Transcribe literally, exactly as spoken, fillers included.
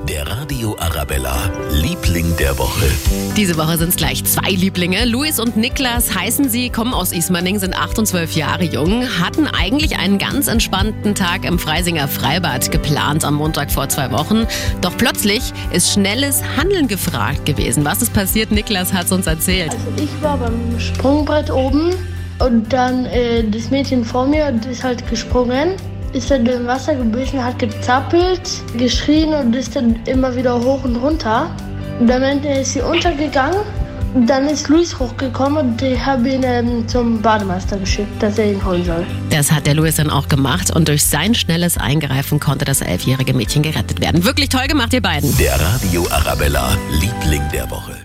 Der Radio Arabella, Liebling der Woche. Diese Woche sind es gleich zwei Lieblinge. Luis und Niklas heißen sie, kommen aus Ismaning, sind acht und zwölf Jahre jung, hatten eigentlich einen ganz entspannten Tag im Freisinger Freibad geplant am Montag vor zwei Wochen. Doch plötzlich ist schnelles Handeln gefragt gewesen. Was ist passiert? Niklas hat es uns erzählt. Also ich war beim Sprungbrett oben und dann äh, das Mädchen vor mir ist halt gesprungen. Ist dann im Wasser gebissen, hat gezappelt, geschrien und ist dann immer wieder hoch und runter. Und am Ende ist sie untergegangen. Und dann ist Luis hochgekommen und ich habe ihn ähm, zum Bademeister geschickt, dass er ihn holen soll. Das hat der Luis dann auch gemacht und durch sein schnelles Eingreifen konnte das elfjährige Mädchen gerettet werden. Wirklich toll gemacht, ihr beiden. Der Radio Arabella, Liebling der Woche.